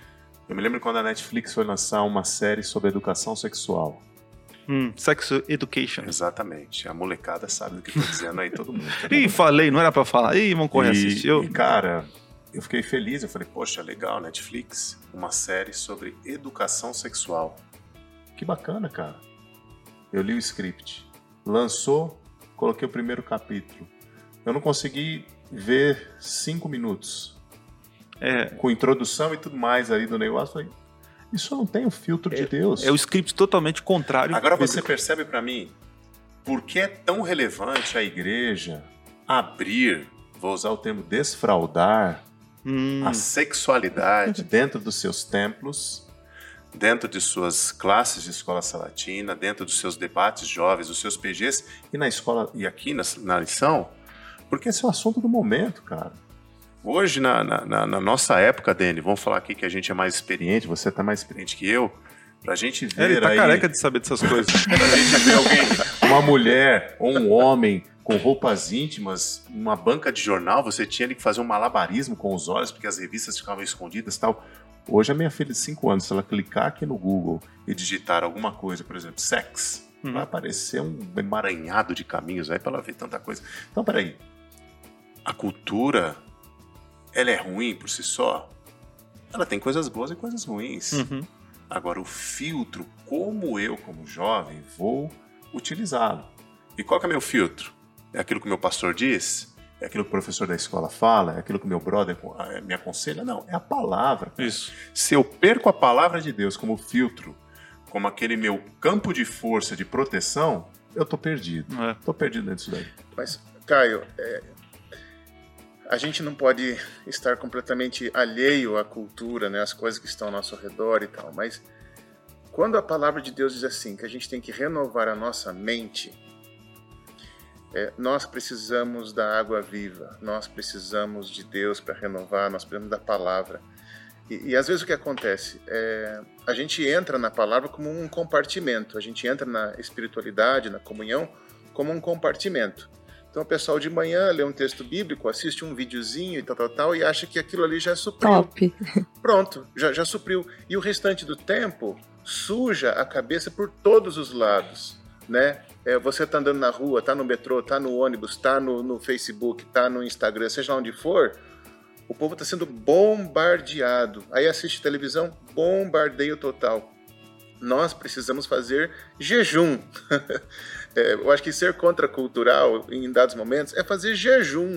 Eu me lembro quando a Netflix foi lançar uma série sobre educação sexual. Hum, Sex Education. Exatamente. A molecada sabe do que eu tô dizendo aí, todo mundo. Ih, falei, não era pra falar. Ih, vamos correr assistir. Eu... E, cara, eu fiquei feliz. Eu falei, poxa, legal, Netflix, uma série sobre educação sexual. Que bacana, cara. Eu li o script. Lançou, coloquei o primeiro capítulo. Eu não consegui ver cinco minutos. É, Com introdução e tudo mais aí do negócio. Falei, isso não tem o filtro de Deus. é o script totalmente contrário. Agora você percebe pra mim por que é tão relevante a igreja abrir, Vou usar o termo desfraudar Hum, a sexualidade dentro dos seus templos. dentro de suas classes de escola sabatina, dentro dos seus debates jovens, dos seus P Gs E na escola, e aqui na, na lição. porque esse é o assunto do momento, cara. Hoje, na, na, na nossa época, Dani, vamos falar aqui que a gente é mais experiente, você tá mais experiente que eu, pra gente é, ele ver tá aí, careca de saber dessas coisas. pra gente ver alguém, Uma mulher ou um homem com roupas íntimas, numa banca de jornal, você tinha ali que fazer um malabarismo com os olhos, porque as revistas ficavam escondidas e tal. Hoje a minha filha de cinco anos, se ela clicar aqui no Google E digitar alguma coisa, por exemplo, sex, Uhum. vai aparecer um emaranhado de caminhos aí pra ela ver tanta coisa. Então, peraí, a cultura, ela é ruim por si só? Ela tem coisas boas e coisas ruins. Uhum. Agora, o filtro, como eu, como jovem, vou utilizá-lo. E qual que é meu filtro? É aquilo que o meu pastor diz? É aquilo que o professor da escola fala? É aquilo que o meu brother me aconselha? Não, é a palavra. Cara. Isso. Se eu perco a palavra de Deus como filtro, como aquele meu campo de força, de proteção, eu tô perdido. É. Tô perdido dentro disso daí. Mas, Caio, é, a gente não pode estar completamente alheio à cultura, né, às coisas que estão ao nosso redor e tal, mas quando a palavra de Deus diz assim, que a gente tem que renovar a nossa mente, é, nós precisamos da água viva, nós precisamos de Deus para renovar, nós precisamos da palavra. E, e às vezes o que acontece? É, a gente entra na palavra como um compartimento, a gente entra na espiritualidade, na comunhão, como um compartimento. Então o pessoal de manhã lê um texto bíblico, assiste um videozinho e tal, tal, tal, e acha que aquilo ali já supriu. Top. Pronto, já, já supriu. E o restante do tempo suja a cabeça por todos os lados, né? É, você tá andando na rua, tá no metrô, tá no ônibus, tá no, no Facebook, tá no Instagram, seja lá onde for, o povo tá sendo bombardeado. Aí assiste televisão, bombardeio total. Nós precisamos fazer jejum. É, eu acho que ser contracultural em dados momentos é fazer jejum.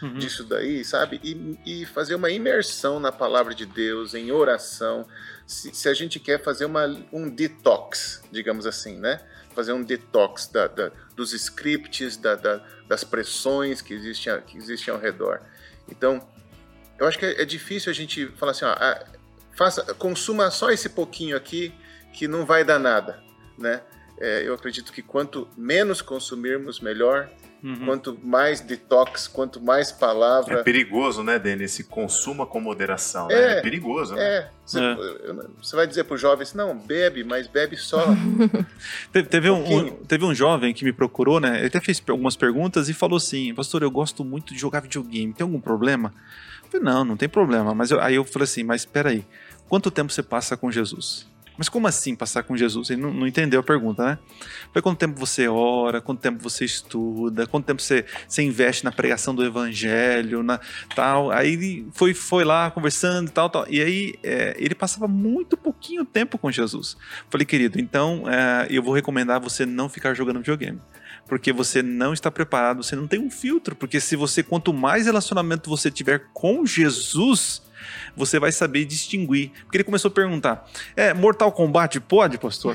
uhum. disso daí, sabe? E, e fazer uma imersão na palavra de Deus, em oração. Se, se a gente quer fazer uma, um detox, digamos assim, né? Fazer um detox da, da, dos scripts, da, da, das pressões que existem, que existem ao redor. Então, eu acho que é, é difícil a gente falar assim, ó, ah, faça, consuma só esse pouquinho aqui que não vai dar nada, né? É, eu acredito que quanto menos consumirmos, melhor. Uhum. Quanto mais detox, quanto mais palavra... É perigoso, né, Denis? Esse consuma com moderação, né? É, é perigoso, né? É. Você, é. você vai dizer para os jovens, não, bebe, mas bebe só. Te, teve, um, um, teve um jovem que me procurou, né? Ele até fez algumas perguntas e falou assim, pastor, eu gosto muito de jogar videogame, tem algum problema? Eu falei, não, não tem problema. Mas eu, aí eu falei assim, mas espera aí, quanto tempo você passa com Jesus? Mas como assim passar com Jesus? Ele não, não entendeu a pergunta, né? Foi quanto tempo você ora, quanto tempo você estuda, quanto tempo você, você investe na pregação do evangelho, na, tal. Aí ele foi, foi lá conversando e tal, tal. E aí é, ele passava muito pouquinho tempo com Jesus. Falei, querido, então é, eu vou recomendar você não ficar jogando videogame. Porque você não está preparado, você não tem um filtro. Porque se você, quanto mais relacionamento você tiver com Jesus, você vai saber distinguir. Porque ele começou a perguntar, é, Mortal Kombat pode, pastor?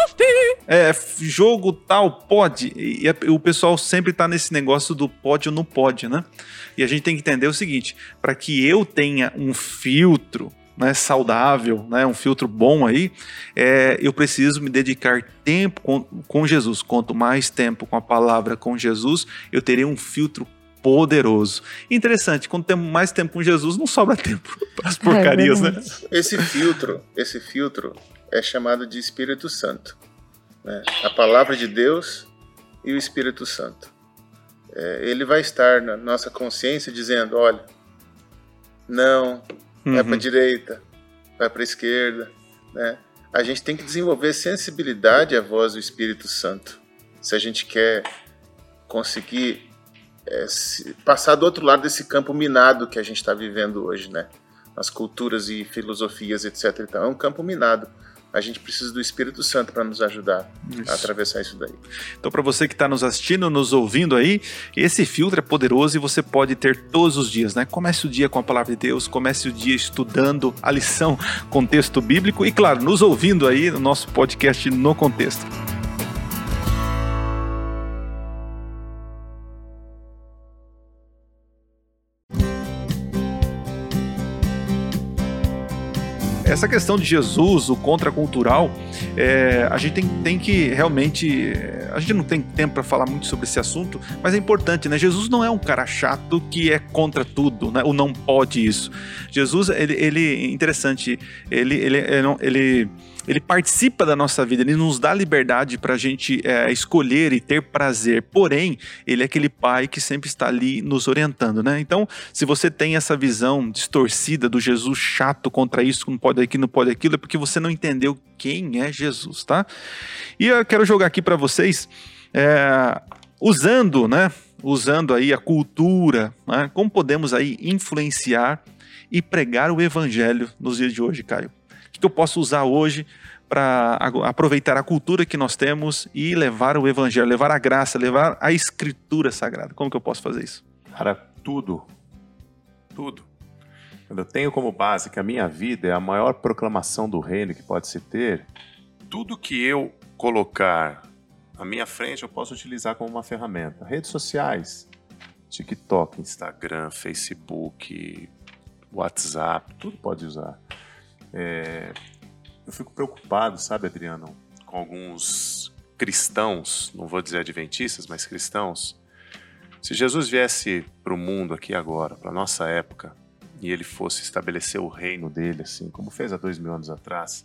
É, jogo tal pode? E, e o pessoal sempre tá nesse negócio do pode ou não pode, né? E a gente tem que entender o seguinte, para que eu tenha um filtro, né, saudável, né, um filtro bom aí, é, eu preciso me dedicar tempo com, com Jesus. Quanto mais tempo com a palavra com Jesus, eu terei um filtro poderoso. Interessante, quando temos mais tempo com Jesus, não sobra tempo para as porcarias, é, né? Esse filtro, esse filtro é chamado de Espírito Santo, né? A palavra de Deus e o Espírito Santo. É, ele vai estar na nossa consciência dizendo, olha, não, uhum. vai para a direita, vai para a esquerda, né? A gente tem que desenvolver sensibilidade à voz do Espírito Santo, se a gente quer conseguir É, passar do outro lado desse campo minado que a gente está vivendo hoje, né? As culturas e filosofias, etcétera. Então, é um campo minado. A gente precisa do Espírito Santo para nos ajudar isso. a atravessar isso daí. Então, para você que está nos assistindo, nos ouvindo aí, esse filtro é poderoso e você pode ter todos os dias, né? Comece o dia com a palavra de Deus, comece o dia estudando a lição, contexto bíblico e, claro, nos ouvindo aí no nosso podcast No Contexto. Essa questão de Jesus, o contracultural, é, a gente tem, tem que realmente... A gente não tem tempo para falar muito sobre esse assunto, mas é importante, né? Jesus não é um cara chato que é contra tudo, né? Ou não pode isso. Jesus, ele, ele interessante, ele, ele, ele, ele, ele participa da nossa vida, ele nos dá liberdade para a gente é, escolher e ter prazer, porém, ele é aquele pai que sempre está ali nos orientando, né? Então, se você tem essa visão distorcida do Jesus chato contra isso, não pode aquilo, não pode aquilo, é porque você não entendeu quem é Jesus, tá? E eu quero jogar aqui para vocês, é, usando, né, usando aí a cultura, né, como podemos aí influenciar e pregar o evangelho nos dias de hoje, Caio? O que eu posso usar hoje para aproveitar a cultura que nós temos e levar o evangelho, levar a graça, levar a escritura sagrada? Como que eu posso fazer isso? Cara, tudo. Tudo. Quando eu tenho como base que a minha vida é a maior proclamação do reino que pode se ter, tudo que eu colocar à minha frente eu posso utilizar como uma ferramenta. Redes sociais, TikTok, Instagram, Facebook, WhatsApp, tudo pode usar. É, eu fico preocupado, sabe, Adriano, com alguns cristãos, não vou dizer adventistas, mas cristãos. Se Jesus viesse para o mundo aqui agora, para a nossa época, e ele fosse estabelecer o reino dele, assim, como fez há dois mil anos atrás,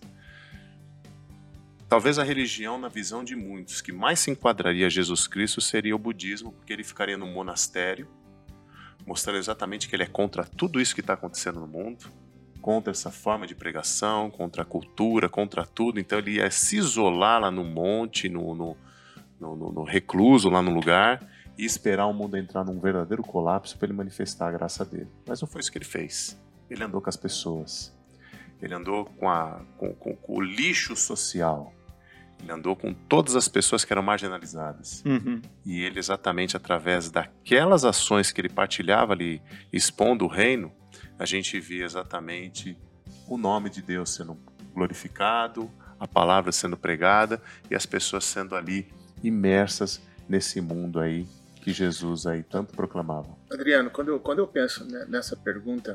talvez a religião, na visão de muitos, que mais se enquadraria a Jesus Cristo seria o budismo, porque ele ficaria num monastério, mostrando exatamente que ele é contra tudo isso que está acontecendo no mundo, contra essa forma de pregação, contra a cultura, contra tudo. Então ele ia se isolar lá no monte, no, no, no, no, no recluso, lá no lugar, e esperar o mundo entrar num verdadeiro colapso para ele manifestar a graça dele. Mas não foi isso que ele fez. Ele andou com as pessoas. Ele andou com, a, com, com, com o lixo social. Ele andou com todas as pessoas que eram marginalizadas. Uhum. E ele, exatamente através daquelas ações que ele partilhava ali, expondo o reino, a gente via exatamente o nome de Deus sendo glorificado, a palavra sendo pregada e as pessoas sendo ali imersas nesse mundo aí que Jesus aí tanto proclamava. Adriano, quando eu, quando eu penso nessa pergunta,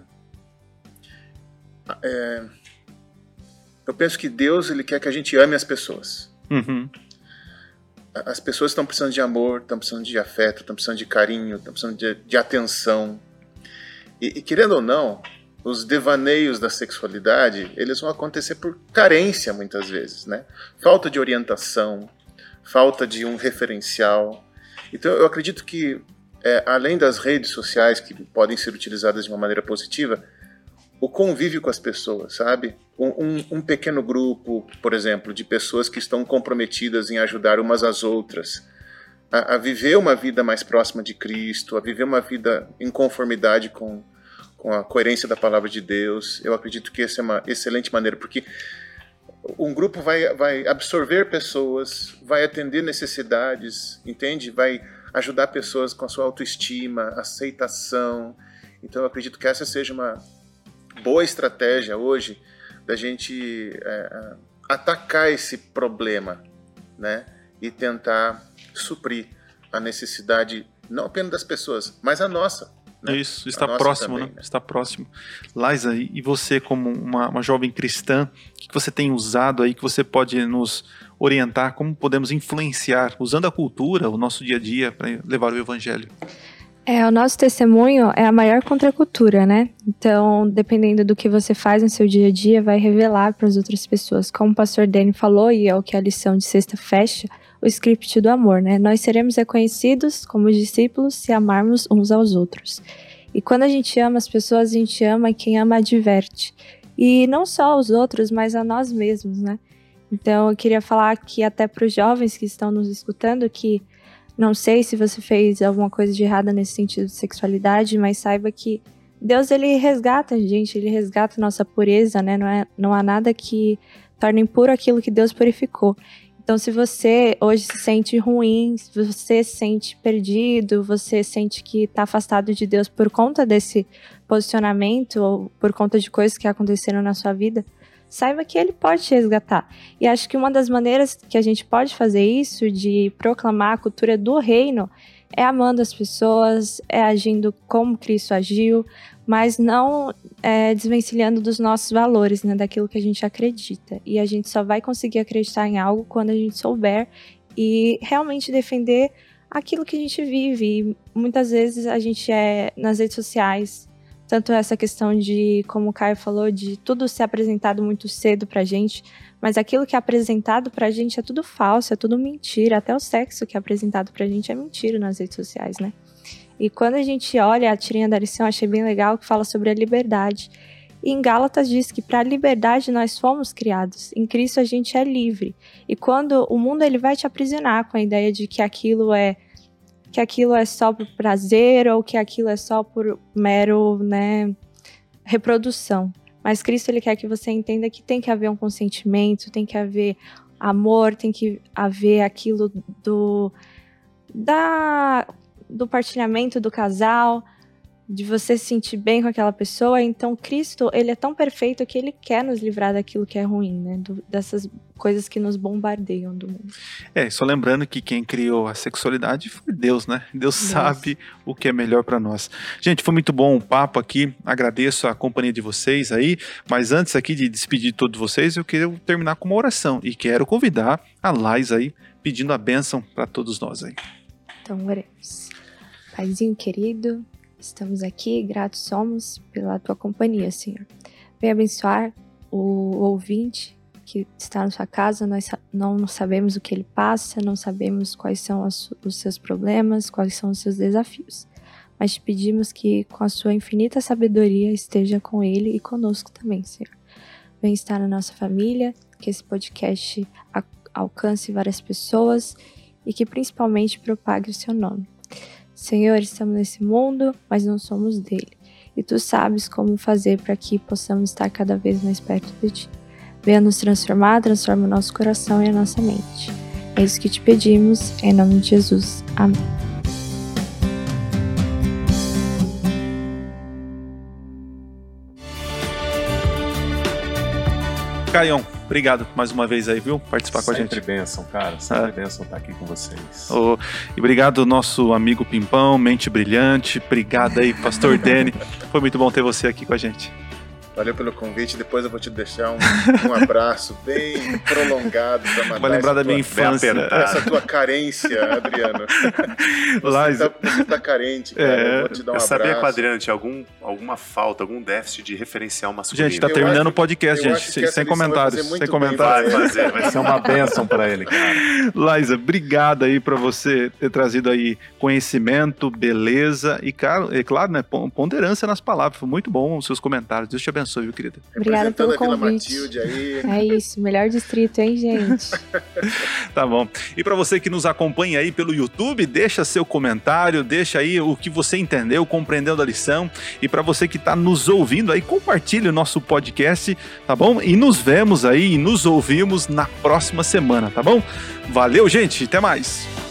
é, eu penso que Deus ele quer que a gente ame as pessoas. Uhum. As pessoas estão precisando de amor, estão precisando de afeto, estão precisando de carinho, estão precisando de, de atenção. E, e querendo ou não, os devaneios da sexualidade, eles vão acontecer por carência muitas vezes, né? Falta de orientação, falta de um referencial. Então eu acredito que, é, além das redes sociais que podem ser utilizadas de uma maneira positiva, o convívio com as pessoas, sabe? Um, um, um pequeno grupo, por exemplo, de pessoas que estão comprometidas em ajudar umas às outras, a, a viver uma vida mais próxima de Cristo, a viver uma vida em conformidade com, com a coerência da palavra de Deus. Eu acredito que essa é uma excelente maneira, porque um grupo vai, vai absorver pessoas, vai atender necessidades, entende? Vai ajudar pessoas com a sua autoestima, aceitação. Então eu acredito que essa seja uma boa estratégia hoje da gente é, atacar esse problema, né? E tentar suprir a necessidade não apenas das pessoas, mas a nossa. Né? Isso, está a próximo, também, né? né? Está próximo. Laisa, e você como uma, uma jovem cristã, o que você tem usado aí que você pode nos orientar, como podemos influenciar, usando a cultura, o nosso dia a dia, para levar o evangelho? É, o nosso testemunho é a maior contracultura, né? Então, dependendo do que você faz no seu dia a dia, vai revelar para as outras pessoas. Como o pastor Danny falou, e é o que a lição de sexta fecha, o script do amor, né? Nós seremos reconhecidos como discípulos se amarmos uns aos outros. E quando a gente ama as pessoas, a gente ama quem ama adverte. E não só aos outros, mas a nós mesmos, né? Então, eu queria falar aqui até para os jovens que estão nos escutando que não sei se você fez alguma coisa de errada nesse sentido de sexualidade, mas saiba que Deus, ele resgata a gente, ele resgata a nossa pureza, né? Não, é, não há nada que torne impuro aquilo que Deus purificou. Então, se você hoje se sente ruim, se você se sente perdido, você sente que está afastado de Deus por conta desse posicionamento ou por conta de coisas que aconteceram na sua vida, saiba que ele pode te resgatar. E acho que uma das maneiras que a gente pode fazer isso, de proclamar a cultura do reino, é amando as pessoas, é agindo como Cristo agiu, mas não é, desvencilhando dos nossos valores, né, daquilo que a gente acredita. E a gente só vai conseguir acreditar em algo quando a gente souber e realmente defender aquilo que a gente vive. E muitas vezes a gente é nas redes sociais, tanto essa questão de, como o Caio falou, de tudo ser apresentado muito cedo pra gente, mas aquilo que é apresentado pra gente é tudo falso, é tudo mentira, até o sexo que é apresentado pra gente é mentira nas redes sociais, né? E quando a gente olha a tirinha da lição, achei bem legal, que fala sobre a liberdade. E em Gálatas diz que para a liberdade nós fomos criados, em Cristo a gente é livre. E quando o mundo ele vai te aprisionar com a ideia de que aquilo é que aquilo é só por prazer ou que aquilo é só por mero, né, reprodução. Mas Cristo ele quer que você entenda que tem que haver um consentimento, tem que haver amor, tem que haver aquilo do, da, do partilhamento do casal, de você se sentir bem com aquela pessoa. Então Cristo ele é tão perfeito que ele quer nos livrar daquilo que é ruim, né? Do, dessas coisas que nos bombardeiam do mundo. É, só lembrando que quem criou a sexualidade foi Deus, né? Deus, Deus. sabe o que é melhor para nós. Gente, foi muito bom o papo aqui, agradeço a companhia de vocês aí, mas antes aqui de despedir de todos vocês, eu queria terminar com uma oração e quero convidar a Laisa aí, pedindo a bênção para todos nós aí. Então, oremos. Paizinho querido, estamos aqui, gratos somos pela tua companhia, Senhor. Vem abençoar o ouvinte que está na sua casa. Nós não sabemos o que ele passa, não sabemos quais são as, os seus problemas, quais são os seus desafios. Mas te pedimos que com a sua infinita sabedoria esteja com ele e conosco também, Senhor. Vem estar na nossa família, que esse podcast a, alcance várias pessoas e que principalmente propague o seu nome. Senhor, estamos nesse mundo, mas não somos dele. E tu sabes como fazer para que possamos estar cada vez mais perto de ti. Venha nos transformar, transforma o nosso coração e a nossa mente. É isso que te pedimos, em nome de Jesus. Amém. Caião, obrigado mais uma vez aí, viu? Participar com a gente. Sempre bênção, cara. Sempre ah. bênção estar aqui com vocês. Oh, e obrigado, nosso amigo Pimpão, mente brilhante. Obrigado aí, pastor Dene. Foi muito bom ter você aqui com a gente. Valeu pelo convite. Depois eu vou te deixar um, um abraço bem prolongado para matar Vai lembrar da tua, minha infância. Essa tua carência, Adriano. Você, tá, você tá carente, cara. É, eu vou te dar um eu abraço. Sabia que o Adriano tinha algum, alguma falta, algum déficit de referencial masculino. Gente, tá terminando o podcast, gente. Sem, sem comentários. Sem comentários. Vai fazer, vai ser uma bênção para ele, cara. Laísa, obrigado aí para você ter trazido aí conhecimento, beleza e, cara, é claro, né, ponderância nas palavras. Foi muito bom os seus comentários. Deus te abençoe. Viu, querida? Obrigada pelo convite. Aí. É isso, melhor distrito, hein, gente? Tá bom. E para você que nos acompanha aí pelo YouTube, deixa seu comentário, deixa aí o que você entendeu, compreendeu da lição. E para você que tá nos ouvindo aí, compartilhe o nosso podcast, tá bom? E nos vemos aí e nos ouvimos na próxima semana, tá bom? Valeu, gente, até mais.